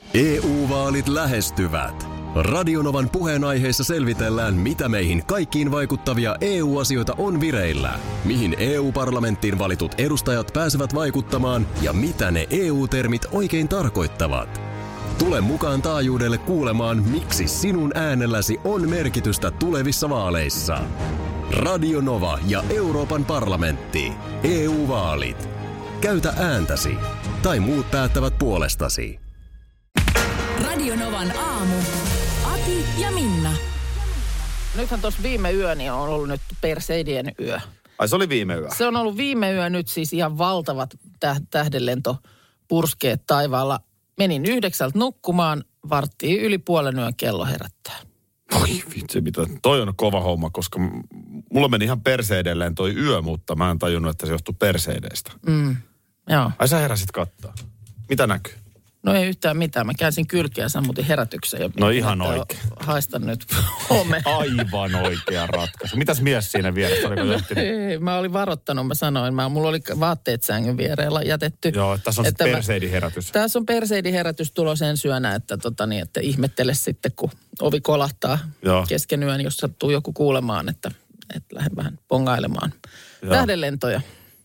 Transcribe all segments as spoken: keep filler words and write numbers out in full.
E U-vaalit lähestyvät. Radionovan puheenaiheessa selvitellään, mitä meihin kaikkiin vaikuttavia E U-asioita on vireillä, mihin E U-parlamenttiin valitut edustajat pääsevät vaikuttamaan ja mitä ne E U-termit oikein tarkoittavat. Tule mukaan taajuudelle kuulemaan, miksi sinun äänelläsi on merkitystä tulevissa vaaleissa. Radio Nova ja Euroopan parlamentti. E U-vaalit. Käytä ääntäsi. Tai muut päättävät puolestasi. Radio Novan aamu. Ati ja Minna. Nythän tuossa viime yöni on ollut nyt Perseidien yö. Ai se oli viime yö? Se on ollut viime yö nyt siis ihan valtavat täh- tähdenlentopurskeet taivaalla. Menin yhdeksältä nukkumaan, varttiin yli puolen yön kello herättää. Oi vitsi, mitä. Toi on kova homma, koska mulla meni ihan perseidelleen toi yö, mutta mä en tajunnut, että se johtuu perseideistä. Mm, joo. Ai sä heräsit kattaa. Mitä näkyy? No ei yhtään mitään. Mä käänsin kylkeä ja sammutin herätyksen. Ja no ihan oikein. Haistan nyt home. Aivan oikea ratkaisu. Mitäs mies siinä vieressä? Oliko no, ei, mä olin varoittanut, mä sanoin. Mä, mulla oli vaatteet sängyn viereellä jätetty. Joo, tässä on että perseidiherätys. Tässä on perseidiherätys tulos en syönä, että, tota, niin, että ihmettele sitten, kun ovi kolahtaa Joo. kesken yön, jos sattuu joku kuulemaan, että, että lähden vähän pongailemaan Joo. tähdenlentoja.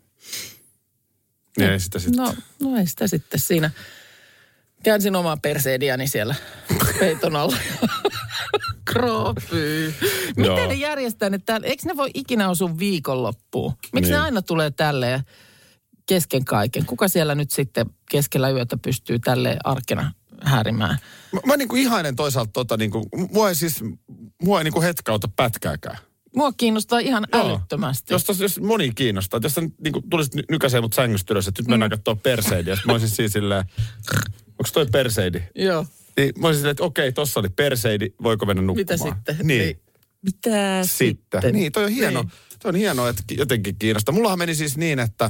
No, ei sitä sitten. No, no ei sitä sitten siinä. Käänsin omaa perseidiäni siellä peiton alla. Kroopyy. Miten Joo. ne järjestää ne täällä? Eikö ne voi ikinä osua viikonloppuun? Miksi niin. ne aina tulee tälleen kesken kaiken? Kuka siellä nyt sitten keskellä yötä pystyy tälleen arkena häärimään? Mä, mä niin kuin ihailen toisaalta tota niin kuin, mua ei siis, mua ei niin kuin hetkauta pätkääkään. Mua kiinnostaa ihan Joo. älyttömästi. Jos, tos, jos moni kiinnostaa, jos sä niin tulisit nykäiseen mut sängystä ylös, että nyt mennään mm. katsoa perseidiä. Mä olisin siis silleen, onko toi perseidi? Joo. Niin mä olisin silleen, että okei, tossa oli perseidi, voiko mennä nukkumaan? Mitä sitten? Niin. niin. Mitä sitten? sitten? Niin, toi on hieno. Niin. Toi on hienoa, että jotenkin kiinnostaa. Mullahan meni siis niin, että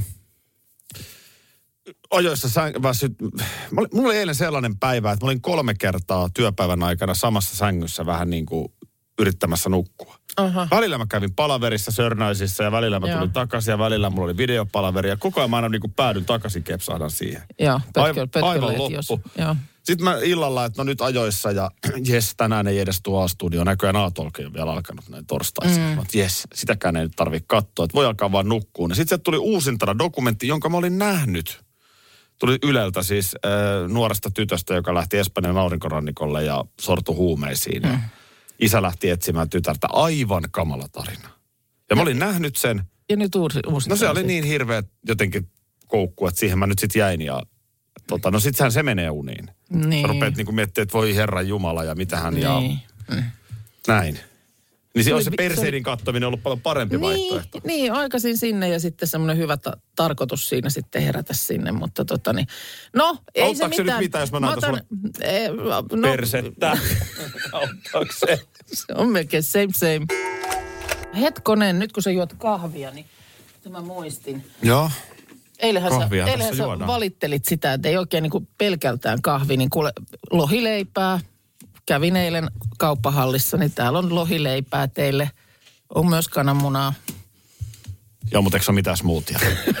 ajoissa säng... Väsyt... Mulla oli eilen sellainen päivä, että mä olin kolme kertaa työpäivän aikana samassa sängyssä vähän niin kuin yrittämässä nukkua. Aha. Välillä mä kävin palaverissa Sörnäisissä ja välillä mä tulin Joo. takaisin ja välillä mulla oli videopalaveri ja koko ajan mä aina niin kuin päädyin takaisin kepsahdan siihen. Joo, pötkö, pötkö aivan loppu. Jos, joo. Sitten mä illalla, että no nyt ajoissa ja jes, tänään ei edes tuo A-studio. Näköjään A-tolki on vielä alkanut näin torstaisin. Mm. Että jes, sitäkään ei nyt tarvitse katsoa, että voi alkaa vaan nukkua. Sitten sieltä tuli uusintana dokumentti, jonka mä olin nähnyt. Tuli Yleltä siis äh, nuoresta tytöstä, joka lähti Espanjan aurinkorannikolle ja sortui huumeisiin. Mm. Isä lähti etsimään tytärtä. Aivan kamala tarina. Ja mä olin nähnyt sen. Ja nyt uusi, uusi No se oli niin hirveä jotenkin koukku, että siihen mä nyt sit jäin. Ja tota, no sittenhän se menee uniin. Niin. Sä rupeat niinku miettimään, että voi Herran Jumala ja mitähän niin. ja näin. Niin se, se, se perseidin kattominen on ollut paljon parempi niin, vaihtoehto. Niin, aikaisin sinne ja sitten semmoinen hyvä ta- tarkoitus siinä sitten herätä sinne, mutta tota niin. No, ei auttaako se mitään. Nyt mitään, jos mä näytän sulle e, no, persettä? Auttaako se? Se on melkein same same. Hetkonen, nyt kun sä juot kahvia, niin mä muistin. Joo. Eilähän sä, eilähän sä valittelit sitä, että ei oikein niin kuin pelkältään kahvi, niin kuule lohileipää. Kävin eilen kauppahallissa, niin täällä on lohileipää teille. On myös kananmunaa. Joo, mutta eikö se ole mitään smoothia?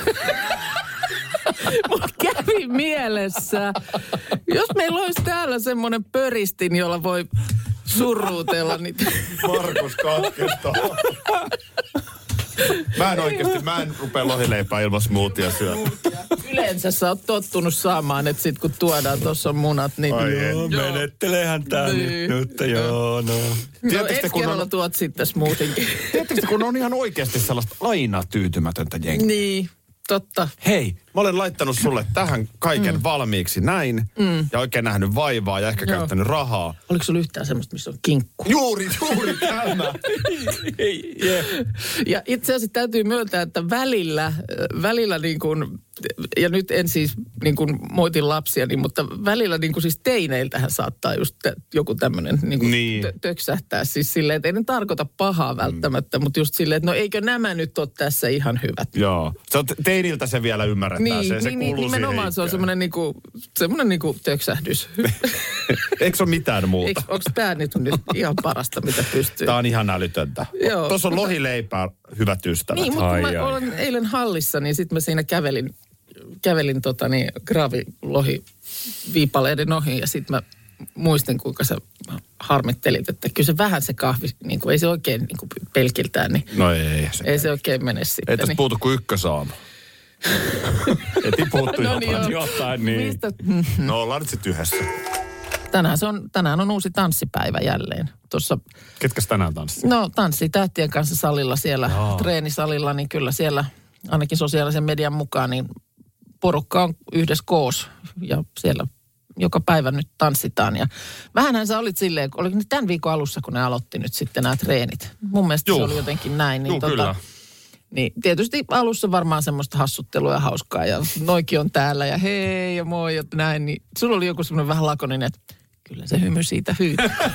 Mut kävi mielessä. Jos meillä olisi täällä semmoinen pöristin, jolla voi surruutella niitä. Markus katkesta. Mä en oikeasti, mä en rupea lohileipää ilman smoothia syömään. Yleensä sä oot tottunut saamaan, että sit kun tuodaan tuossa munat, niin... Ai joo, menettelehän tää niin. nyt, nyt joo, no. No ensi kerralla on... tuot sitten smoothinkin. Tiedättekö, kun on ihan oikeasti sellaista aina tyytymätöntä jengiä. Niin, totta. Hei, mä olen laittanut sulle tähän kaiken mm. valmiiksi näin, mm. ja oikein nähnyt vaivaa ja ehkä Joo. käyttänyt rahaa. Oliko sulla yhtään semmoista, missä on kinkku? Juuri, juuri tämä. yeah. Ja itse asiassa täytyy myöntää, että välillä, välillä niin kuin, ja nyt en siis niin kuin moitin lapsiani, mutta välillä niin kuin siis teineiltähän saattaa just joku tämmöinen niin kuin niin. Tö- töksähtää. Siis silleen, että ei ne tarkoita pahaa välttämättä, mm. mutta just silleen, että no eikö nämä nyt ole tässä ihan hyvät. Joo, se on teiniltä se vielä ymmärretään. Niin, se, se niin, niin nimenomaan se on semmoinen niinku, semmoinen niinku töksähdys. Eikö se ole mitään muuta? Onko tämä nyt, nyt ihan parasta, mitä pystyy? Tämä on ihan älytöntä. Tuossa on mutta... lohileipää, hyvät ystävät. Niin, mutta ai, kun ai. mä olen eilen hallissa, niin sitten mä siinä kävelin, kävelin tota niin, graavilohi viipaleiden ohi ja sitten mä muistin, kuinka sä harmittelit, että kyllä se vähän se kahvi, niin kuin, ei se oikein niin kuin pelkiltään, niin no ei se, ei se oikein mene sitten. Ei tässä niin. puutu kuin ykkösaamu. Eti puuttu no jotain, niin jotain niin. Mistä? No ollaan nyt sitten yhdessä. Tänään, se on, tänään on uusi tanssipäivä jälleen. Tuossa, ketkäs tänään tanssii? no tanssii tähtien kanssa salilla siellä, Jaa. treenisalilla, niin kyllä siellä ainakin sosiaalisen median mukaan, niin porukka on yhdessä koos ja siellä joka päivä nyt tanssitaan. Ja vähänhän sä olit silleen, oliko nyt tämän viikon alussa, kun ne aloitti nyt sitten nämä treenit. Mun mielestä Juh. se oli jotenkin näin. Niin, Juh, tota, kyllä. Niin tietysti alussa varmaan semmoista hassuttelua ja hauskaa ja noikin on täällä ja hei ja moi ja näin. Niin sulla oli joku semmoinen vähän lakoninen, että kyllä se hymy siitä hyytää.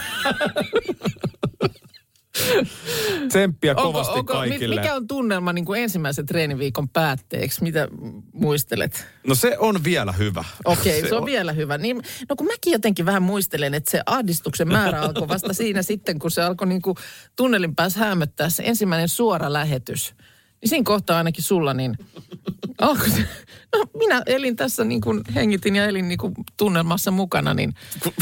Tsemppiä onko, kovasti onko, kaikille. Mikä on tunnelma niin kuin ensimmäisen treeniviikon päätteeksi? Mitä muistelet? No se on vielä hyvä. Okei, okay, se, se on, on vielä hyvä. Niin, no kun mäkin jotenkin vähän muistelen, että se ahdistuksen määrä alkoi vasta siinä sitten, kun se alkoi niin kuin tunnelin päässä häämöttää se ensimmäinen suora lähetys. Niin siinä kohtaa ainakin sulla niin alkoi se, no minä elin tässä niin kuin hengitin ja elin niin kuin tunnelmassa mukana, niin.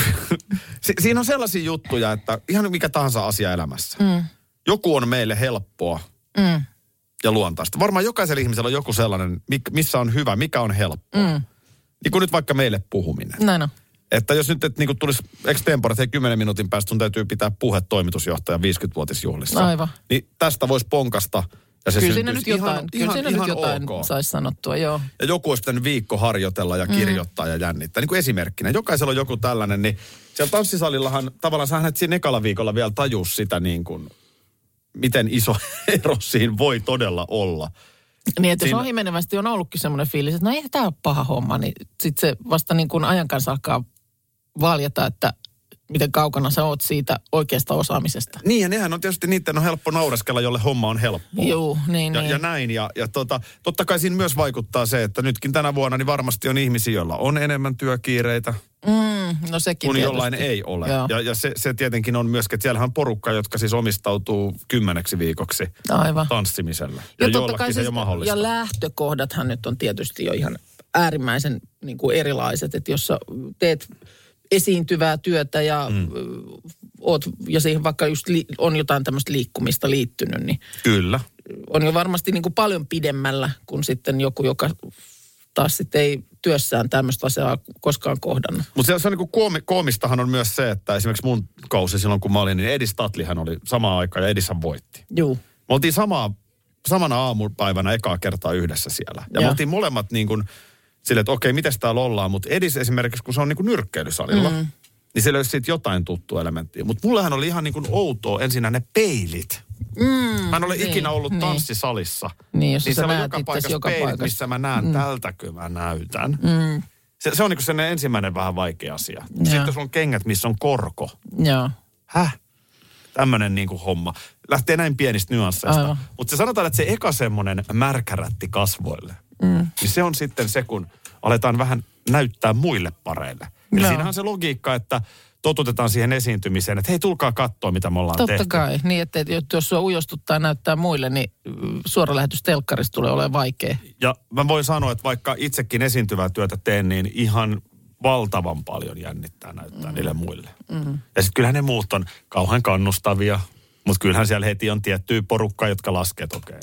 Si- siinä on sellaisia juttuja, että ihan mikä tahansa asia elämässä. Mm. Joku on meille helppoa Mm. ja luontaista. Varmaan jokaisella ihmisellä on joku sellainen, missä on hyvä, mikä on helppoa. Mm. Niin kuin nyt vaikka meille puhuminen. Näin on. Että jos nyt et, niin kuin tulisi extempore, että hei kymmenen minuutin päästä sun täytyy pitää puhe toimitusjohtajan viisikymmenvuotisjuhlissa. Aivan. Niin tästä voisi ponkasta. Ja se kyllä siinä nyt jotain, ihan, kyllä ihan, siinä ihan nyt jotain ok. saisi sanottua, joo. Ja joku olisi pitänyt viikko harjoitella ja kirjoittaa mm. ja jännittää. Niin kuin esimerkkinä. Jokaisella on joku tällainen, niin siellä tanssisalillahan tavallaan sä hänet siinä ekalla viikolla vielä tajus sitä niin kuin, miten iso ero siinä voi todella olla. Niin, että siinä jos ohimenevästi on ollutkin semmoinen fiilis, että no ei tämä ole paha homma, niin sitten se vasta niin kuin ajan kanssa alkaa valjata, että miten kaukana sä oot siitä oikeasta osaamisesta. Niin, ja nehän on tietysti niiden on helppo naureskella, jolle homma on helppoa. Joo, niin, ja, niin. Ja näin, ja, ja tota, totta kai siinä myös vaikuttaa se, että nytkin tänä vuonna niin varmasti on ihmisiä, joilla on enemmän työkiireitä. Mm, no sekin kun tietysti. jollain ei ole. Joo. Ja, ja se, se tietenkin on myöskin, että siellähän on porukka, jotka siis omistautuu kymmeneksi viikoksi Aivan. tanssimiselle. Ja, ja totta kai se siis, ei ole mahdollista. ja lähtökohdathan nyt on tietysti jo ihan äärimmäisen niin kuin erilaiset, että jos sä teet esiintyvää työtä ja mm. oot, ja siihen vaikka just li, on jotain tämmöistä liikkumista liittynyt, niin kyllä. On jo varmasti niin kuin paljon pidemmällä kuin sitten joku, joka taas sitten ei työssään tämmöistä asiaa koskaan kohdannut. Mutta se, se on niin kuin koomi, koomistahan on myös se, että esimerkiksi mun kausi silloin kun mä olin, niin Edi Statlihan oli samaan aikaan ja Edishän voitti. Joo. Me oltiin samaa, samana aamupäivänä ekaa kertaa yhdessä siellä. Ja, ja. me oltiin molemmat niin kuin silleen, että okei, mites täällä ollaan, mutta Edis esimerkiksi, kun se on niin kuin nyrkkeilysalilla, mm. niin se löysi siitä jotain tuttua elementtiä. Mutta mullahan oli ihan niin kuin outoa ensinnä ne peilit. Mm, mä en ole niin, ikinä ollut niin. tanssisalissa. Niin, jos niin sä siellä on näet joka paikassa joka peilit, paikassa. missä mä näen, mm. tältäkö mä näytän. Mm. Se, se on niin kuin sellainen ensimmäinen vähän vaikea asia. Ja. Sitten jos on kengät, missä on korko. Joo. Häh? Tämmöinen niin kuin homma. Lähtee näin pienistä nyansseista. Mutta se sanotaan, että se eka semmoinen märkärätti kasvoille, mm. niin se on sitten se, kun aletaan vähän näyttää muille pareille. Eli siinähän on se logiikka, että totutetaan siihen esiintymiseen, että hei, tulkaa katsoa, mitä me ollaan Totta tehty. Totta kai, niin että jos sua ujostuttaa näyttää muille, niin suora lähetys telkkarista tulee olemaan vaikea. Ja mä voin sanoa, että vaikka itsekin esiintyvää työtä teen, niin ihan valtavan paljon jännittää näyttää mm. niille muille. Mm. Ja sitten kyllähän ne muut on kauhean kannustavia, mutta kyllähän siellä heti on tiettyä porukkaa, jotka laskee, että okei.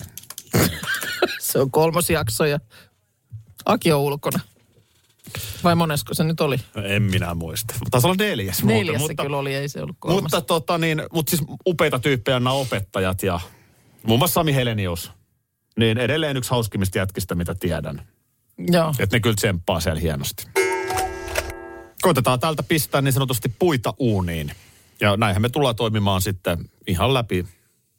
Se on kolmos jakso ja Aki on ulkona. Vai monesko se nyt oli? En minä muista. Taisi olla neljäs. Neljäs muuta, se kyllä oli, ei se ollut kolmas. Mutta, tota, niin, mutta siis upeita tyyppejä nämä opettajat ja muun muassa Sami Helenius. Niin edelleen yksi hauskimmista jätkistä, mitä tiedän. Joo. Että ne kyllä tsemppaa siellä hienosti. Koitetaan täältä pistää niin sanotusti puita uuniin. Ja näinhän me tullaan toimimaan sitten ihan läpi.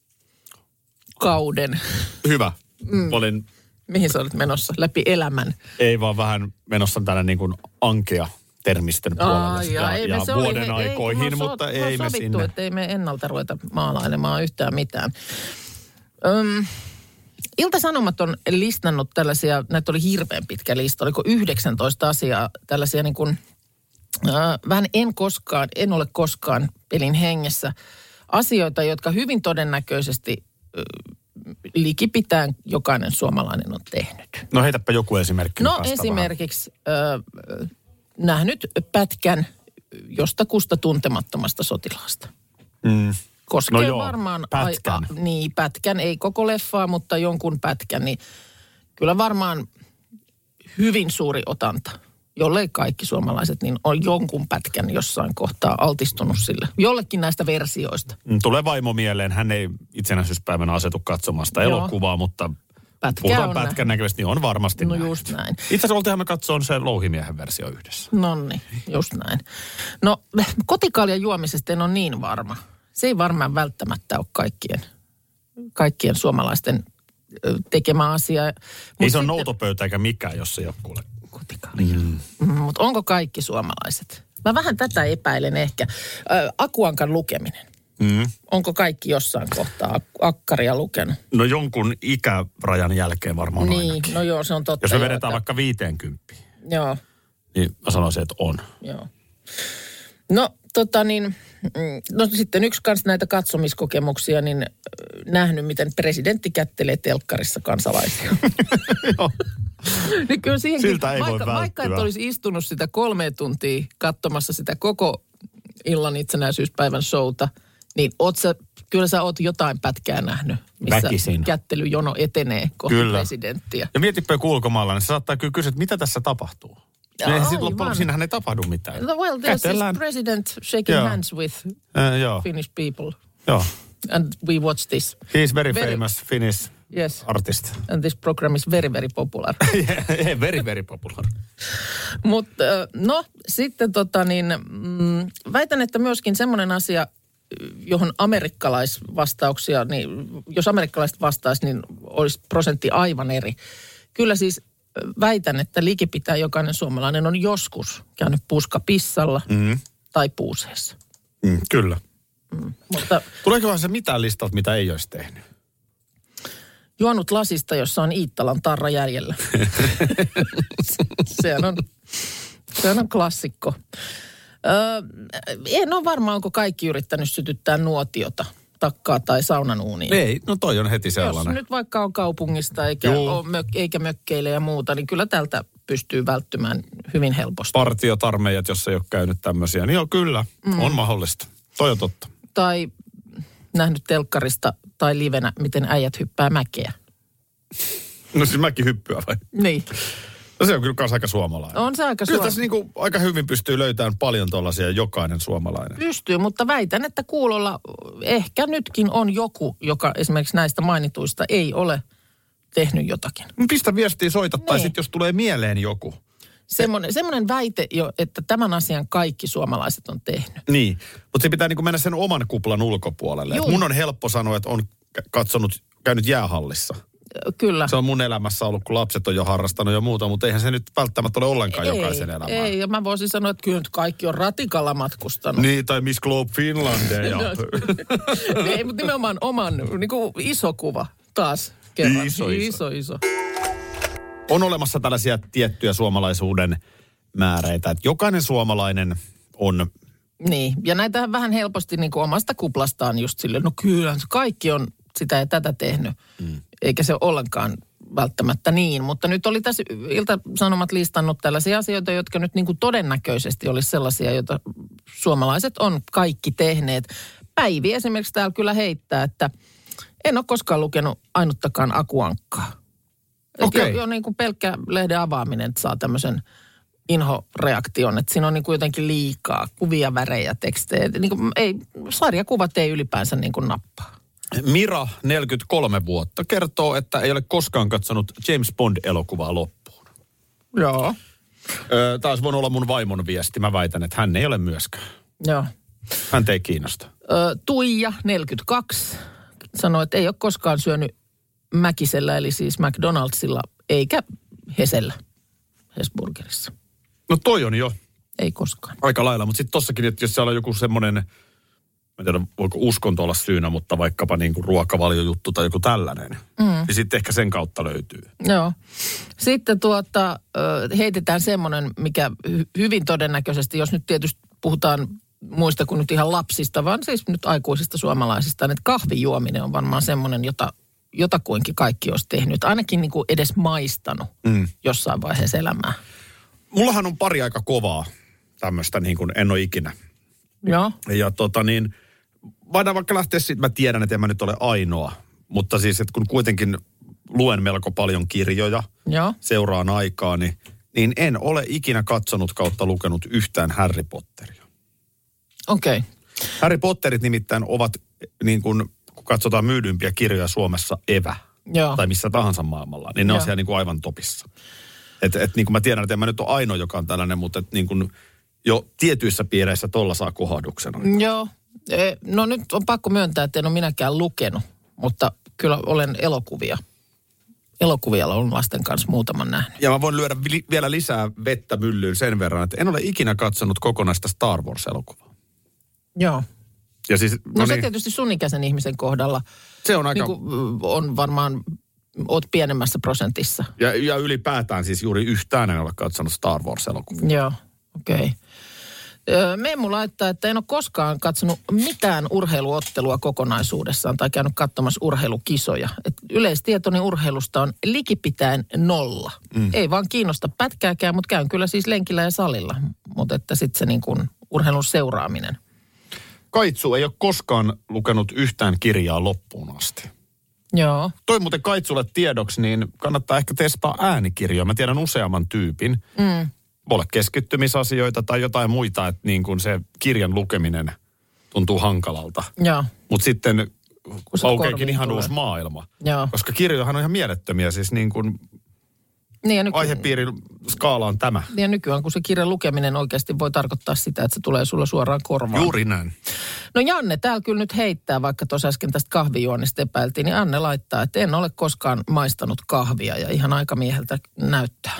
Kauden. Hyvä. Mm. Olin... Mihin sä olit menossa? Läpi elämän? Ei vaan vähän menossa tänne niin kuin ankea termisten puolelle ja, ja, ja vuoden oli, aikoihin, ei, mutta ei me sinne. Me on sovittu, että ei me ennalta ruveta maalailemaan yhtään mitään. Öm, Ilta-Sanomat on listannut tällaisia, näitä oli hirveän pitkä lista, oliko yhdeksäntoista asiaa, tällaisia niin kuin, äh, vähän en koskaan, en ole koskaan pelin hengessä, asioita, jotka hyvin todennäköisesti äh, likipitään jokainen suomalainen on tehnyt. No heitäpä joku esimerkki. No esimerkiksi äh, nähnyt pätkän jostakusta tuntemattomasta sotilaasta. Mm. Koskee no joo, varmaan... pätkän. A, a, niin, pätkän, ei koko leffaa, mutta jonkun pätkän, niin kyllä varmaan hyvin suuri otanta, jollei kaikki suomalaiset, niin on jonkun pätkän jossain kohtaa altistunut sille. Jollekin näistä versioista. Tulee vaimo mieleen, hän ei itsenäisyyspäivänä asetu katsomasta joo. elokuvaa, mutta Pätkä puhutaan on pätkän näköisesti, niin on varmasti no näin. just näin. Itse asiassa oltiinhan me katsomaan se Louhimiehen versio yhdessä. No niin, just näin. No kotikaljan juomisesta en ole niin varma. Se ei varmaan välttämättä ole kaikkien, kaikkien suomalaisten tekemä asia. Ei Mut se sitten, ole noutopöytä eikä mikään, jos se ei ole kuule. Kotikalja. Mm. Mm, mutta onko kaikki suomalaiset? Mä vähän tätä epäilen ehkä. Ä, Akuankan lukeminen. Mm. Onko kaikki jossain kohtaa akkaria lukenut? No jonkun ikärajan jälkeen varmaan niin, ainakin. no joo, se on totta. Jos me jo, vedetään että... vaikka viiteenkymppiin, joo. niin mä sanoisin, että on. Joo. No tota niin, no sitten yksi kanssa näitä katsomiskokemuksia, niin nähnyt, miten presidentti kättelee telkkarissa kansalaisia. Joo. Niin kyllä siihenkin, siltä ei vaikka, voi vaikka et olisi istunut sitä kolme tuntia katsomassa sitä koko illan itsenäisyyspäivän showta, niin oot sä, kyllä sä oot jotain pätkää nähnyt, missä Väkisin. Kättelyjono etenee kohti kyllä. presidenttiä. Ja mietipä joku ulkomailla, niin se saattaa kyllä kysyä, että mitä tässä tapahtuu. Eihän sitten loppujen lopuksi siinähän ei tapahdu mitään. No, well, there's Kätellään. this president shaking Joo. hands with äh, joo. Finnish people. Joo. And we watch this. He's very, Very- famous Finnish Yes. artist. And this program is very, very popular. yeah, very, very popular. Mutta no sitten tota niin, mm, väitän, että myöskin semmoinen asia, johon amerikkalaisvastauksia, niin jos amerikkalaiset vastaisi, niin olisi prosentti aivan eri. Kyllä siis väitän, että likipitään jokainen suomalainen on joskus käynyt puskapissalla Mm. tai puuseessa. Mm, kyllä. Mm, mutta Tuleekohan se mitään listalta, mitä ei olisi tehnyt? juonut lasista, jossa on Iittalan tarra jäljellä. sehän, on, sehän on klassikko. Öö, en ole varma, onko kaikki yrittänyt sytyttää nuotiota, takkaa tai saunan uuniin. Ei, no toi on heti Jos sellainen. nyt vaikka on kaupungista eikä, ole mök, eikä mökkeile ja muuta, niin kyllä tältä pystyy välttymään hyvin helposti. Partiot, armeijat, jos ei ole käynyt tämmöisiä. Niin joo, kyllä, mm. on mahdollista. Toi on totta. Tai nähnyt telkkarista tai livenä, miten äijät hyppää mäkeä. No siis mäkin hyppyä vai? Niin. No se on kyllä kans aika suomalainen. On se aika Kyllä suora. tässä niinku aika hyvin pystyy löytämään paljon tuollaisia jokainen suomalainen. Pystyy, mutta väitän, että kuulolla ehkä nytkin on joku, joka esimerkiksi näistä mainituista ei ole tehnyt jotakin. Pistä viestiä, soita tai Niin. sitten jos tulee mieleen joku. Semmoinen, semmoinen väite jo, että tämän asian kaikki suomalaiset on tehnyt. Niin, mutta se pitää niinku mennä sen oman kuplan ulkopuolelle. Et Juu. mun on helppo sanoa, että on katsonut, käynyt jäähallissa. Kyllä. Se on mun elämässä ollut, kun lapset on jo harrastanut ja muuta, mutta eihän se nyt välttämättä ole ollenkaan ei, jokaisen elämää. Ei, ja mä voisin sanoa, että kyllä nyt kaikki on ratikalla matkustanut. Niin, tai Miss Globe Finlandia. Ei, mutta nimenomaan oman niin kuin iso kuva taas kerran. Iso, iso. iso, iso. On olemassa tällaisia tiettyjä suomalaisuuden määreitä, että jokainen suomalainen on... Niin, ja näitähän vähän helposti niin kuin omasta kuplastaan just silleen, no kyllä, kaikki on sitä ja tätä tehnyt. Mm. Eikä se ole ollenkaan välttämättä niin. Mutta nyt oli tässä Ilta-Sanomat listannut tällaisia asioita, jotka nyt niin kuin todennäköisesti olisi sellaisia, joita suomalaiset on kaikki tehneet. Päivi esimerkiksi täällä kyllä heittää, että en ole koskaan lukenut ainuttakaan Akuankkaa. Okei. Okay. Jo, jo niin kuin pelkkä lehden avaaminen, että saa tämmöisen inhoreaktion, että siinä on niin kuin jotenkin liikaa kuvia, värejä, tekstejä. Niin kuin ei, sarjakuvat ei ylipäänsä niin kuin nappaa. Mira, neljäkymmentäkolme vuotta, kertoo, että ei ole koskaan katsonut James Bond-elokuvaa loppuun. Joo. Öö, taas voinut olla mun vaimon viesti. Mä väitän, että hän ei ole myöskään. Joo. Hän ei kiinnosta. Ö, Tuija, neljäkymmentäkaksi, sanoi, että ei ole koskaan syönyt Mäkisellä, eli siis McDonaldsilla, eikä Hesellä, Hesburgerissa. No toi on jo Ei koskaan. aika lailla, mutta sitten tossakin, että jos siellä on joku semmoinen, mä en tiedä, voiko uskonto olla syynä, mutta vaikkapa niin kuin ruokavaliojuttu tai joku tällainen, mm. niin sitten ehkä sen kautta löytyy. Joo. Sitten tuota, heitetään semmoinen, mikä hyvin todennäköisesti, jos nyt tietysti puhutaan muista kuin nyt ihan lapsista, vaan siis nyt aikuisista suomalaisista, että kahvijuominen on varmaan semmoinen, jota jotakuinkin kaikki olisi tehnyt. Ainakin niin kuin edes maistanut mm. jossain vaiheessa elämää. Mullahan on pari aika kovaa tämmöistä, niin kuin en ole ikinä. Joo. Ja tota niin, voidaan vaikka lähteä siitä, mä tiedän, että en mä nyt ole ainoa. Mutta siis, että kun kuitenkin luen melko paljon kirjoja, Joo. seuraan aikaa, niin, niin en ole ikinä katsonut kautta lukenut yhtään Harry Potteria. Okei. Okay. Harry Potterit nimittäin ovat, niin kuin, kun katsotaan myydympiä kirjoja Suomessa, evä. Joo. Tai missä tahansa maailmalla, niin ne Joo. on siellä niin kuin aivan topissa. Että et, niin kuin mä tiedän, että en mä nyt ole ainoa, joka on tällainen, mutta et, niin kuin jo tietyissä piireissä tolla saa kohduksena. Joo. No nyt on pakko myöntää, että en ole minäkään lukenut, mutta kyllä olen elokuvia. Elokuvia on lasten kanssa muutaman nähnyt. Ja mä voin lyödä vi- vielä lisää vettä myllyyn sen verran, että en ole ikinä katsonut kokonaista Star Wars-elokuvaa. Joo. Ja siis, no, no niin, se tietysti sun ikäisen ihmisen kohdalla. Se on aika... Niin kuin on varmaan, oot pienemmässä prosentissa. Ja, ja ylipäätään siis juuri yhtään en ole katsonut Star Wars-elokuvaa. Joo, okei. Okay. Meemu laittaa, että en ole koskaan katsonut mitään urheiluottelua kokonaisuudessaan tai käynyt katsomassa urheilukisoja. Et yleistietoni urheilusta on likipitäen nolla. Mm. Ei vaan kiinnosta pätkääkään, mutta käyn kyllä siis lenkillä ja salilla. Mutta että sitten se niin kuin urheilun seuraaminen. Kaitsu ei ole koskaan lukenut yhtään kirjaa loppuun asti. Joo. Toi muuten Kaitsulle tiedoksi, niin kannattaa ehkä testaa äänikirjoja. Mä tiedän useamman tyypin. Mm. Voi olla keskittymisasioita tai jotain muita, että niin kuin se kirjan lukeminen tuntuu hankalalta. Joo. Mutta sitten aukeekin ihan tulee uusi maailma. Joo. Koska kirjojahan on ihan mielettömiä, siis niin kuin niin nyky- aihepiirin skaala on tämä. Ja nykyään, kun se kirjan lukeminen oikeasti voi tarkoittaa sitä, että se tulee sulla suoraan korvaan. Juuri näin. No Janne, täällä kyllä nyt heittää, vaikka tuossa äsken tästä kahvijuonnista epäiltiin, niin Anne laittaa, että en ole koskaan maistanut kahvia ja ihan aikamieheltä näyttää.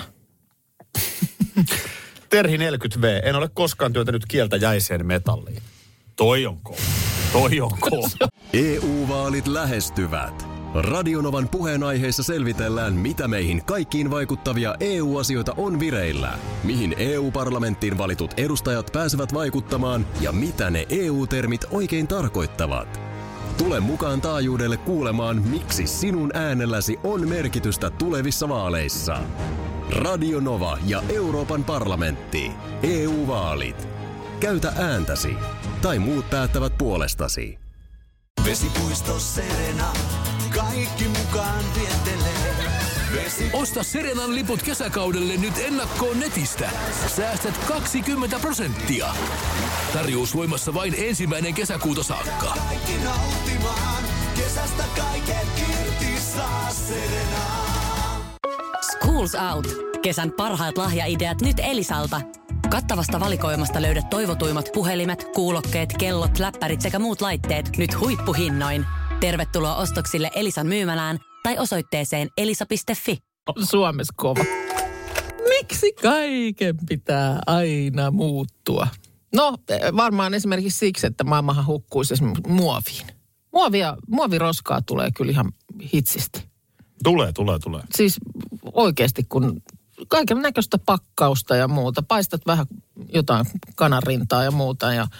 Terhi neljäkymmentä vuotta. En ole koskaan työtänyt kieltä jäiseen metalliin. Toi on kova. Toi on kova. E U-vaalit lähestyvät. Radionovan puheenaiheessa selvitellään, mitä meihin kaikkiin vaikuttavia E U-asioita on vireillä, mihin E U-parlamenttiin valitut edustajat pääsevät vaikuttamaan ja mitä ne E U-termit oikein tarkoittavat. Tule mukaan taajuudelle kuulemaan, miksi sinun äänelläsi on merkitystä tulevissa vaaleissa. Radio Nova ja Euroopan parlamentti. E U-vaalit. Käytä ääntäsi. Tai muut päättävät puolestasi. Vesipuisto Serena. Kaikki mukaan viettelee. Vesi... Osta Serenan liput kesäkaudelle nyt ennakkoon netistä. Säästät kaksikymmentä prosenttia. Tarjous voimassa vain ensimmäinen kesäkuuta saakka. Kaikki nauttimaan. Kesästä kaiken irti saa Serena. Schools Out. Kesän parhaat lahjaideat nyt Elisalta. Kattavasta valikoimasta löydät toivotuimmat puhelimet, kuulokkeet, kellot, läppärit sekä muut laitteet nyt huippuhinnoin. Tervetuloa ostoksille Elisan myymälään tai osoitteeseen elisa piste fi. Suomessa kova. Miksi kaiken pitää aina muuttua? No, varmaan esimerkiksi siksi, että maailmahan hukkuisi esimerkiksi muoviin. Muovia, muoviroskaa tulee kyllä ihan hitsisti. Tulee, tulee, tulee. Siis oikeasti, kun kaiken näköistä pakkausta ja muuta. Paistat vähän jotain kananrintaa ja muuta ja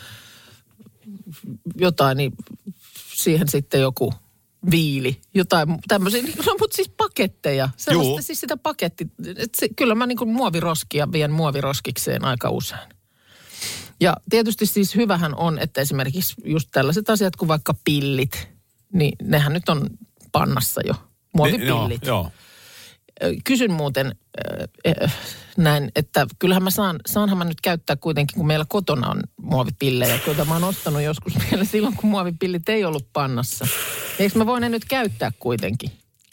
jotain, niin siihen sitten joku viili, jotain tämmöisiä, no, mutta siis paketteja. Sellaista siis sitä paketti, se, kyllä mä niin kuin muoviroskia vien muoviroskikseen aika usein. Ja tietysti siis hyvähän on, että esimerkiksi just tällaiset asiat kuin vaikka pillit, niin nehän nyt on pannassa jo, muovipillit. Ne, joo, joo. Kysyn muuten äh, näin, että kyllähän mä saan, saanhan mä nyt käyttää kuitenkin, kun meillä kotona on muovipillejä, joita mä oon ostanut joskus vielä silloin, kun muovipillit ei ollut pannassa. Eikö mä voin ne nyt käyttää kuitenkin?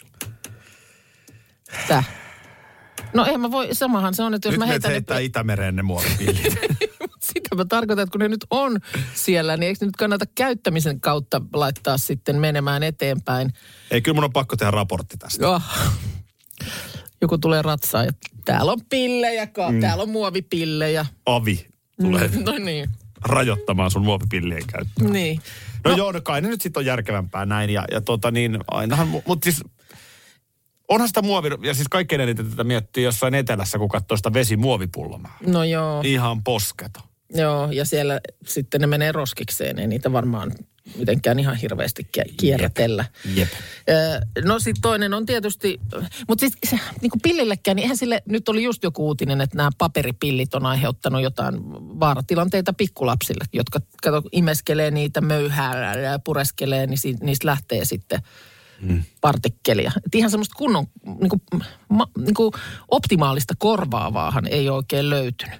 Täh. No eihän mä voi, samahan se on, että jos nyt mä heitän... Nyt heittää ne... Itämereen ne muovipillit. Sitä mä tarkoitan, että kun ne nyt on siellä, niin eikö ne nyt kannata käyttämisen kautta laittaa sitten menemään eteenpäin? Ei, kyllä mun on pakko tehdä raportti tästä. Oh. Joku tulee ratsaa, että täällä on pillejä, mm. täällä on muovipillejä. Avi tulee mm, no niin. rajoittamaan sun muovipillien käyttöä. Niin. No, no joo, no kai ne nyt sitten on järkevämpää näin ja, ja tota niin, ainahan, mutta siis onhan sitä muovi, ja siis kaikkein eniten tätä miettii jossain etelässä, kun katsoo sitä vesimuovipullomaa. No joo. Ihan posketo. Joo, ja siellä sitten ne menee roskikseen, ei niitä varmaan mitenkään ihan hirveästi kierrätellä. Jep. Jep. No sitten toinen on tietysti, mutta siis niin kuin pillillekään, niin eihän sille, nyt oli just joku uutinen, että nämä paperipillit on aiheuttanut jotain vaaratilanteita pikkulapsille, jotka kato, imeskelee niitä, möyhää ja pureskelee, niin si, niistä lähtee sitten mm. partikkelia. Et ihan semmoista kunnon, niin kuin, ma, niin kuin optimaalista korvaavaahan ei oikein löytynyt.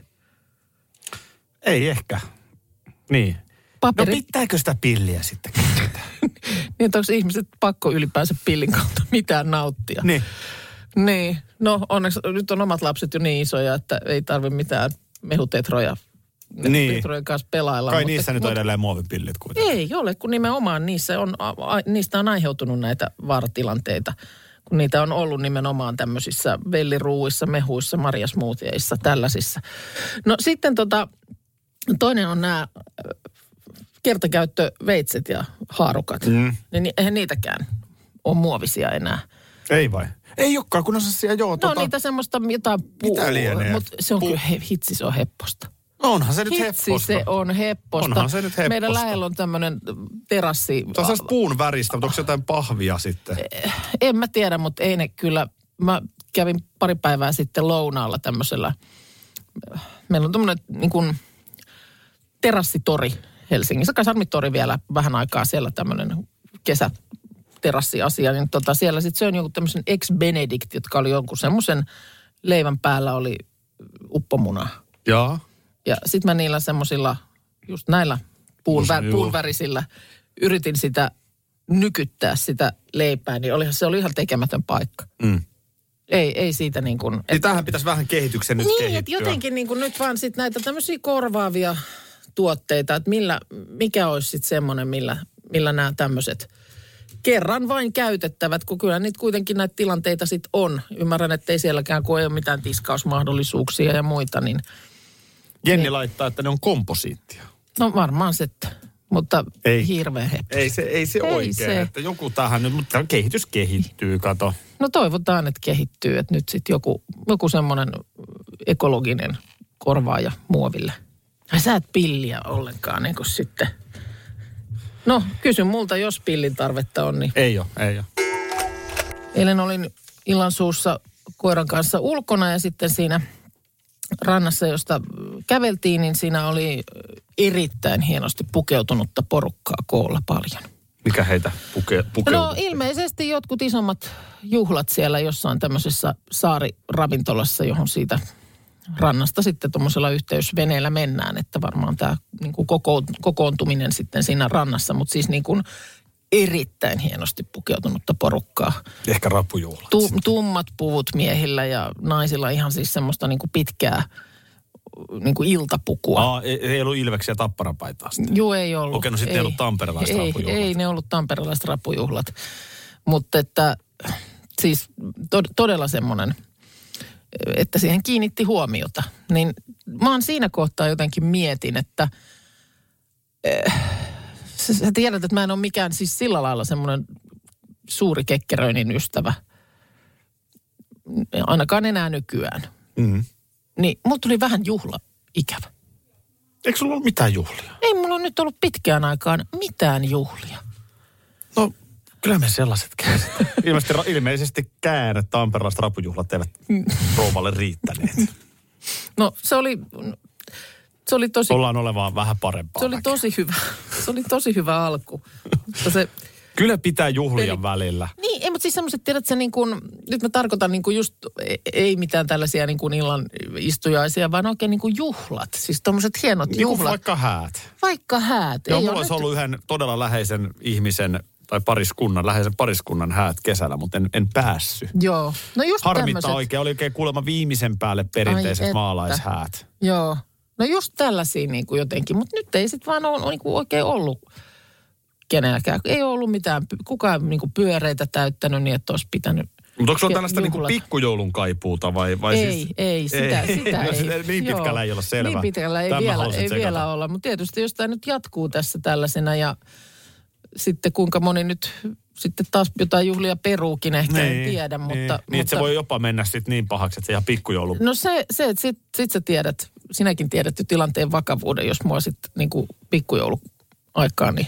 Ei ehkä. Niin. Paperi. No pitääkö sitä pilliä sitten käyttää? Niin, että onko ihmiset pakko ylipäänsä pillin kautta mitään nauttia? Niin. Niin. No onneksi nyt on omat lapset jo niin isoja, että ei tarvitse mitään mehutetroja niin. tetrojen kanssa pelailla. Kai mutta, niissä nyt mutta, on edelleen muovipillit kuitenkin. Ei ole, kun nimenomaan niissä on, a, niistä on aiheutunut näitä vaaratilanteita. Kun niitä on ollut nimenomaan tämmöisissä velliruuissa, mehuissa, marjasmoothieissa, tällaisissa. No sitten tota, toinen on nämä kertakäyttöveitset ja haarukat. Mm. Niin eihän niitäkään ole muovisia enää. Ei vai? Ei olekaan, kun on se joo. No tota, niitä semmoista jotain puu. Mitä lienee? Mutta se on Pu- kyllä, he, hitsi se on hepposta. Onhan se nyt hitsi hepposta. Hitsi se on hepposta. Onhan se nyt hepposta. Meidän lähellä on tämmöinen terassi. Se on sellaista puun väristä, mutta onko se jotain pahvia sitten? En mä tiedä, mutta ei ne kyllä. Mä kävin pari päivää sitten lounaalla tämmöisellä. Meillä on tämmöinen niin kuin terassitori Helsingissä. Kasarmitori vielä vähän aikaa siellä tämmöinen kesäterassiasia. Niin tota, siellä sitten se on joku tämmöisen ex-benedict, jotka oli jonkun semmoisen leivän päällä oli uppomuna. Joo. Ja sitten mä niillä semmoisilla, just näillä puun, vä, puun värisillä yritin sitä nykyttää sitä leipää, niin olihan, se oli ihan tekemätön paikka. Mm. Ei, ei siitä niin kuin... Niin tämähän pitäisi vähän kehityksen nyt niin, kehittyä. Niin, että jotenkin niin kuin nyt vaan sitten näitä tämmöisiä korvaavia tuotteita, että millä, mikä olisi sitten semmoinen, millä, millä nämä tämmöiset kerran vain käytettävät, kun kyllä niitä kuitenkin näitä tilanteita sitten on. Ymmärrän, että ei sielläkään, kun ei ole mitään tiskausmahdollisuuksia ja muita, niin... Jenni niin, laittaa, että ne on komposiittia. No varmaan sitten, mutta ei, hirveän hepposta. Ei se, ei se ei oikein, se. Että joku tähän nyt, mutta kehitys kehittyy, kato. No toivotaan, että kehittyy, että nyt sitten joku, joku semmoinen ekologinen korvaaja muoville. Sä et pilliä ollenkaan niin kuin sitten. No, kysy multa, jos pillin tarvetta on, niin... Ei ole, ei ole. Eilen olin illansuussa koiran kanssa ulkona ja sitten siinä rannassa, josta käveltiin, niin siinä oli erittäin hienosti pukeutunutta porukkaa koolla paljon. Mikä heitä puke, pukeutuu? No ilmeisesti jotkut isommat juhlat siellä jossain tämmöisessä saariravintolassa, johon siitä rannasta sitten tuommoisella yhteysveneellä mennään, että varmaan tämä niin kuin koko, kokoontuminen sitten siinä rannassa, mutta siis niin kuin erittäin hienosti pukeutunutta porukkaa. Ehkä rappujuhlat. Tu, tummat puvut miehillä ja naisilla ihan siis semmoista niin kuin pitkää niin kuin iltapukua. Aa, ei, ei ollut Ilveksiä ja Tapparapaitaa sitten? Joo, ei ollut. Okei, no sitten ei ollut tamperelaiset ei, rappujuhlat. Ei, ne ollut tamperelaiset rappujuhlat. Mutta että siis tod, todella semmoinen, että siihen kiinnitti huomiota. Niin mä oon siinä kohtaa jotenkin mietin, että äh, sä tiedät, että mä en ole mikään siis sillä lailla semmoinen suuri kekkeröinnin ystävä. Ainakaan enää nykyään. Mm. Niin mulla tuli vähän juhlaikävä. Eikö sulla ollut mitään juhlia? Ei mulla on nyt ollut pitkään aikaan mitään juhlia. No, kyllä me sellaiset käsitään. ilmeisesti, ilmeisesti kään, että tamperelaiset rapujuhlat eivät rouvalle riittäneet. No, se oli... Se oli tosi... Ollaan olevaan vähän parempaa. Se oli väkeä. tosi hyvä. Se oli tosi hyvä alku. Se, kyllä pitää juhlia eli, välillä. Niin, ei, mutta siis semmoiset, tiedät sä niin kuin, nyt mä tarkoitan niin kuin just, ei mitään tällaisia niin kuin illan istujaisia, vaan oikein niin kuin juhlat. Siis tommoset hienot niin juhlat. Vaikka häät. Vaikka häät. Joo, ei mulla olisi nyt... ollut yhden todella läheisen ihmisen tai pariskunnan, läheisen pariskunnan häät kesällä, mutta en, en päässyt. Joo. No just harmittaa tämmöset. oikein. Oli oikein kuulemma viimeisen päälle perinteiset maalaishäät. Joo. No just tällaisia niin kuin jotenkin, mutta nyt ei sitten vaan ole niin kuin oikein ollut kenelläkään. Ei ole ollut mitään, kukaan niin kuin pyöreitä täyttänyt niin, että olisi pitänyt. Mutta onko se tällaista niin kuin pikkujoulun kaipuuta vai, vai ei, siis? Ei, sitä ei. Sitä ei. Niin pitkällä ei ole selvä. Niin pitkällä ei, vielä, ei vielä olla, mutta tietysti jos tämä nyt jatkuu tässä tällaisena ja sitten kuinka moni nyt sitten taas jotain juhlia peruukin ehkä, niin, en tiedä. Mutta, niin, mutta, niin että se voi jopa mennä sitten niin pahaksi, että se ihan pikkujoulu. No se, se että sit, sit sä tiedät, sinäkin tiedät jo tilanteen vakavuuden, jos mua sitten niin kuin pikkujouluaikaan niin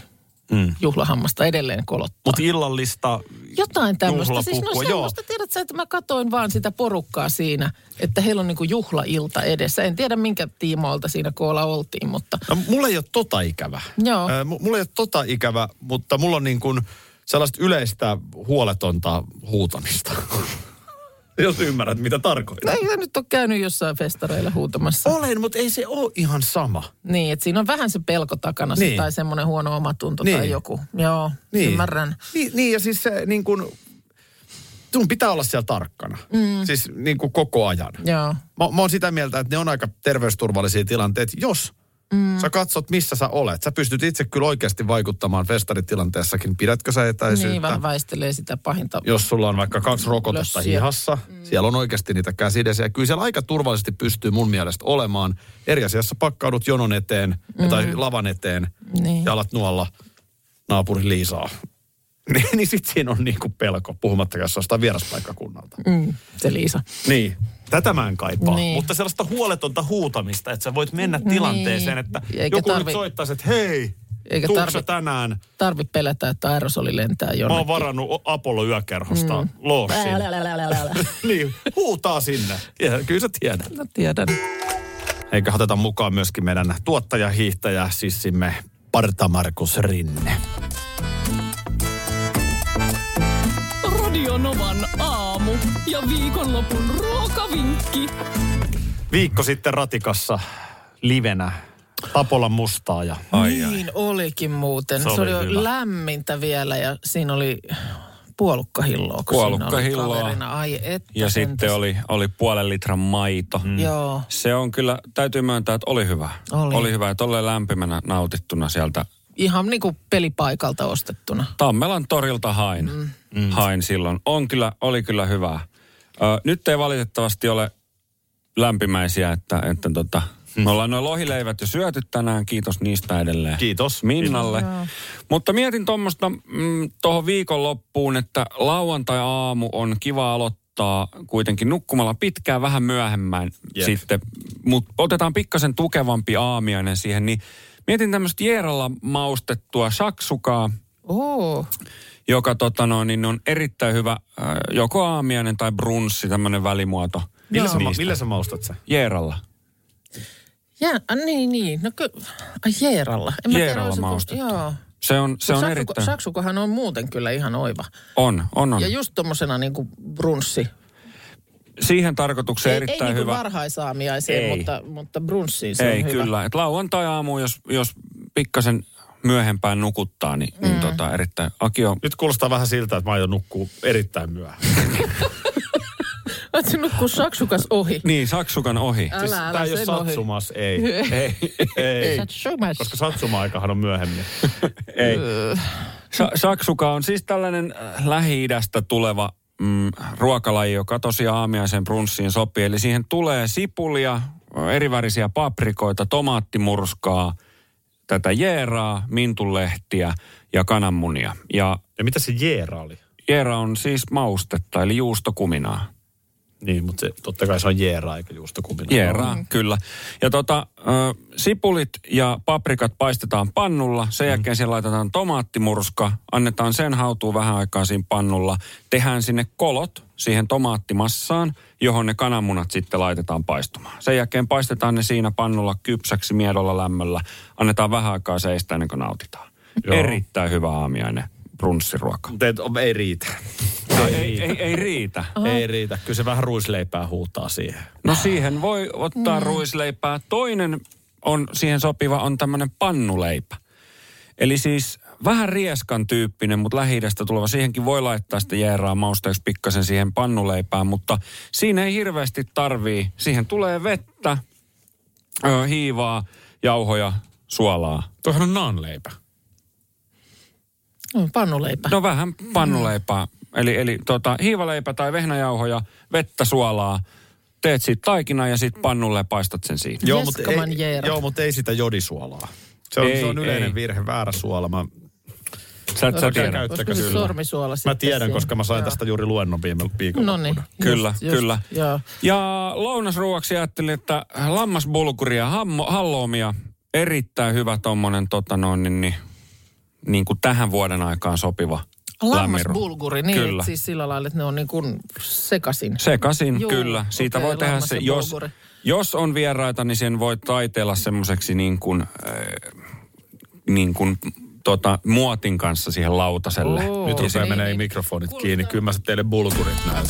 mm. juhlahammasta edelleen kolottaa. Mutta illallista jotain tämmöistä. Siis no juhlapukkua, semmoista, tiedät sä, että mä katoin vaan sitä porukkaa siinä, että heillä on niinku juhlailta edessä. En tiedä minkä tiimoilta siinä koolla oltiin, mutta... No, mulla ei ole tota ikävä. Joo. Äh, mulla ei ole tota ikävä, mutta mulla on niin kuin sellaista yleistä huoletonta huutamista. Jos ymmärrät, mitä tarkoitan. No, ei nyt ole käynyt jossain festareilla huutamassa. Olen, mutta ei se ole ihan sama. Niin, että siinä on vähän se pelko takana niin. tai semmoinen huono omatunto niin. tai joku. Joo, niin. ymmärrän. Niin, niin, ja siis se niin kuin, sun pitää olla siellä tarkkana. Mm. Siis niin kuin koko ajan. Joo. Mä, mä oon sitä mieltä, että ne on aika terveysturvallisia tilanteita, jos mm. sä katsot, missä sä olet. Sä pystyt itse kyllä oikeasti vaikuttamaan festaritilanteessakin. Pidätkö sä etäisyyttä? Niin, vähän väistelee sitä pahinta. Jos sulla on vaikka kaksi rokotetta lössiä. hihassa, mm. siellä on oikeasti niitä käsidesiä. Kyllä siellä aika turvallisesti pystyy mun mielestä olemaan. Eri asiassa pakkaudut jonon eteen mm. tai lavan eteen niin. ja alat nuolla naapuri Liisaa. Niin sit siinä on niinku pelko, puhumattakaan jostain vieraspaikkakunnalta. Mm, se Liisa. Niin, tätä mä en kaipaa. Niin. Mutta sellaista huoletonta huutamista, että sä voit mennä niin. tilanteeseen, että Eikä joku tarvi... nyt soittaisi, että hei, Eikä tuutko tarvi... tänään? Tarvi pelätä, että aerosoli lentää jonnekin. Mä oon varannut Apollo-yökerhosta mm. loossin. Niin, huutaa sinne. Ja, kyllä sä tiedät. No tiedän. Eikä oteta mukaan myöskin meidän tuottajahiihtäjä sissimme Parta Markus Rinne. Radio Novan aamu ja viikonlopun ruokavinkki. Viikko sitten ratikassa livenä Tapolan mustaa ja... Ai, niin ai. Olikin muuten. Se, se oli, oli lämmintä vielä ja siinä oli puolukkahilloa. Puolukkahilloa. Ai, että ja sitten oli, oli puolen litran maito. Mm. Joo. Se on kyllä, täytyy myöntää, että oli hyvä. Oli. Oli hyvä, että oli lämpimänä nautittuna sieltä. Ihan niin kuin pelipaikalta ostettuna. Tammelan torilta hain. Mm. Mm. Hain silloin. On kyllä, oli kyllä hyvää. Ö, nyt ei valitettavasti ole lämpimäisiä, että, että tota, mm. me ollaan nuo lohileivät jo syöty tänään. Kiitos niistä edelleen. Kiitos. Minnalle. Kiitos. Mutta mietin tuommoista mm, tuohon viikonloppuun, että lauantai-aamu on kiva aloittaa kuitenkin nukkumalla pitkään vähän myöhemmän yep. sitten. Mutta otetaan pikkasen tukevampi aamiainen siihen, niin mietin tämmöistä Jeeralla maustettua shaksukaa, oh. joka tota no, niin on erittäin hyvä äh, joko aamiainen tai brunssi, tämmöinen välimuoto. Millä sä, millä sä maustat sen? Jeeralla. Ja, niin, niin. No kyllä, Jeeralla. En mä Jeeralla tiedä, maustettu. Joo. Se on, se on Saksuko, erittäin... Saksukohan on muuten kyllä ihan oiva. On, on, on. Ja just tommosena niin kuin brunssi. Siihen tarkoitukseen ei, erittäin ei hyvä. Ei niin varhaisaamiaiseen, mutta, mutta brunssiin se ei, on hyvä. Ei kyllä. Et lauantai-aamu, jos, jos pikkasen myöhempään nukuttaa, niin, mm. niin tota erittäin... Akio... Nyt kuulostaa vähän siltä, että mä aion nukkuu erittäin myöhään. Oletko nukkuu saksukas ohi? Niin, saksukan ohi. Älä, siis älä, tää ei ole satsumas, ei. ei. ei. Satsumas. Koska satsuma-aikahan on myöhemmin. ei. Sa- saksuka on siis tällainen Lähi-idästä tuleva mm, ruokalaji, joka tosiaan aamiaisen brunssiin sopii. Eli siihen tulee sipulia, erivärisiä paprikoita, tomaattimurskaa, tätä jeeraa, mintulehtiä ja kananmunia. Ja, ja mitä se jeera oli? Jeera on siis maustetta, eli juustokuminaa. Niin, mutta se, totta kai se on jeeraa eikä juustokuminaa. Jeeraa, mm. kyllä. Ja tota, äh, sipulit ja paprikat paistetaan pannulla. Sen jälkeen mm. siellä laitetaan tomaattimurska. Annetaan sen hautua vähän aikaa siinä pannulla. Tehdään sinne kolot siihen tomaattimassaan, johon ne kananmunat sitten laitetaan paistumaan. Sen jälkeen paistetaan ne siinä pannulla kypsäksi miedolla lämmöllä. Annetaan vähän aikaa seistä ennen kuin nautitaan. Joo. Erittäin hyvä aamiainen brunssiruoka. Teet, ei riitä. No, ei, ei, ei riitä. Aha. Ei riitä. Kyllä se vähän ruisleipää huutaa siihen. No siihen voi ottaa mm. ruisleipää. Toinen on siihen sopiva on tämmöinen pannuleipä. Eli siis vähän rieskan tyyppinen, mutta Lähi-idästä tuleva. Siihenkin voi laittaa sitä jeeraa mausteeksi pikkasen siihen pannuleipään, mutta siinä ei hirveästi tarvii. Siihen tulee vettä, ö, hiivaa, jauhoja, suolaa. Tuohan on naanleipä. No, pannuleipä. No vähän pannuleipää. Mm. Eli, eli tota, hiivaleipä tai vehnäjauhoja, vettä, suolaa. Teet siitä taikina ja sitten pannulle paistat sen siinä. Joo, mutta ei, joo, mutta ei sitä jodisuolaa. Se on, ei, se on yleinen ei. virhe, väärä suola. Mä... Sä et sä tiedä. Käyttäkö kyllä? Mä tiedän, koska mä sain joo. tästä juuri luennon viime viikolla. No niin. Kyllä, just, kyllä. Just, ja lounasruuaksi ajattelin, että lammasbulguria, hammo, halloumia, erittäin hyvä tommonen tota noin, niin, niin niin kuin tähän vuoden aikaan sopiva lämminruoka. Lammasbulguri, niin Kyllä. siis sillä lailla, että ne on niin kuin sekasin. Sekasin, Juu, kyllä. Siitä okei, voi tehdä lammas se, ja jos, bulguri. jos on vieraita, niin sen voi taiteella semmoiseksi niin kuin, äh, niin kuin tota, muotin kanssa siihen lautaselle. Oo. Nyt rupeaa Niin, menee niin. mikrofonit kiinni. Kyllä mä teille bulgurit näytän.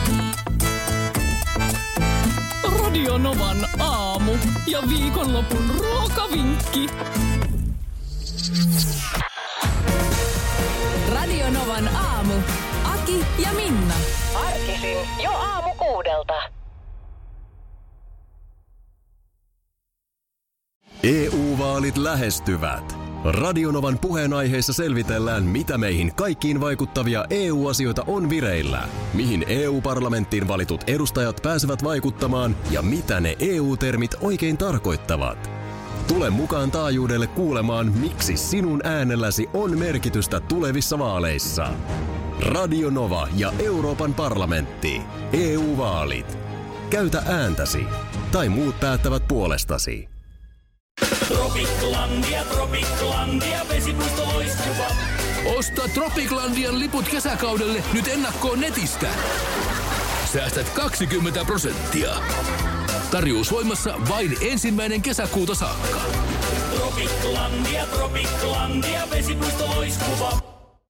Radio Novan aamu ja viikonlopun ruokavinkki. Radio Novan aamu. Aki ja Minna. Arkisin jo aamu kuudelta. E U-vaalit lähestyvät. Radionovan puheenaiheessa selvitellään, mitä meihin kaikkiin vaikuttavia E U-asioita on vireillä, mihin E U-parlamenttiin valitut edustajat pääsevät vaikuttamaan ja mitä ne E U-termit oikein tarkoittavat. Tule mukaan taajuudelle kuulemaan, miksi sinun äänelläsi on merkitystä tulevissa vaaleissa. Radio Nova ja Euroopan parlamentti. E U-vaalit. Käytä ääntäsi. Tai muut päättävät puolestasi. Tropiklandia, Tropiklandia, vesipuisto loistuva. Osta Tropiklandian liput kesäkaudelle nyt ennakkoon netistä. Säästät kaksikymmentä prosenttia. Tarjous voimassa vain ensimmäinen kesäkuuta saakka. Tropiklandia, Tropiklandia, vesipuisto loistuva.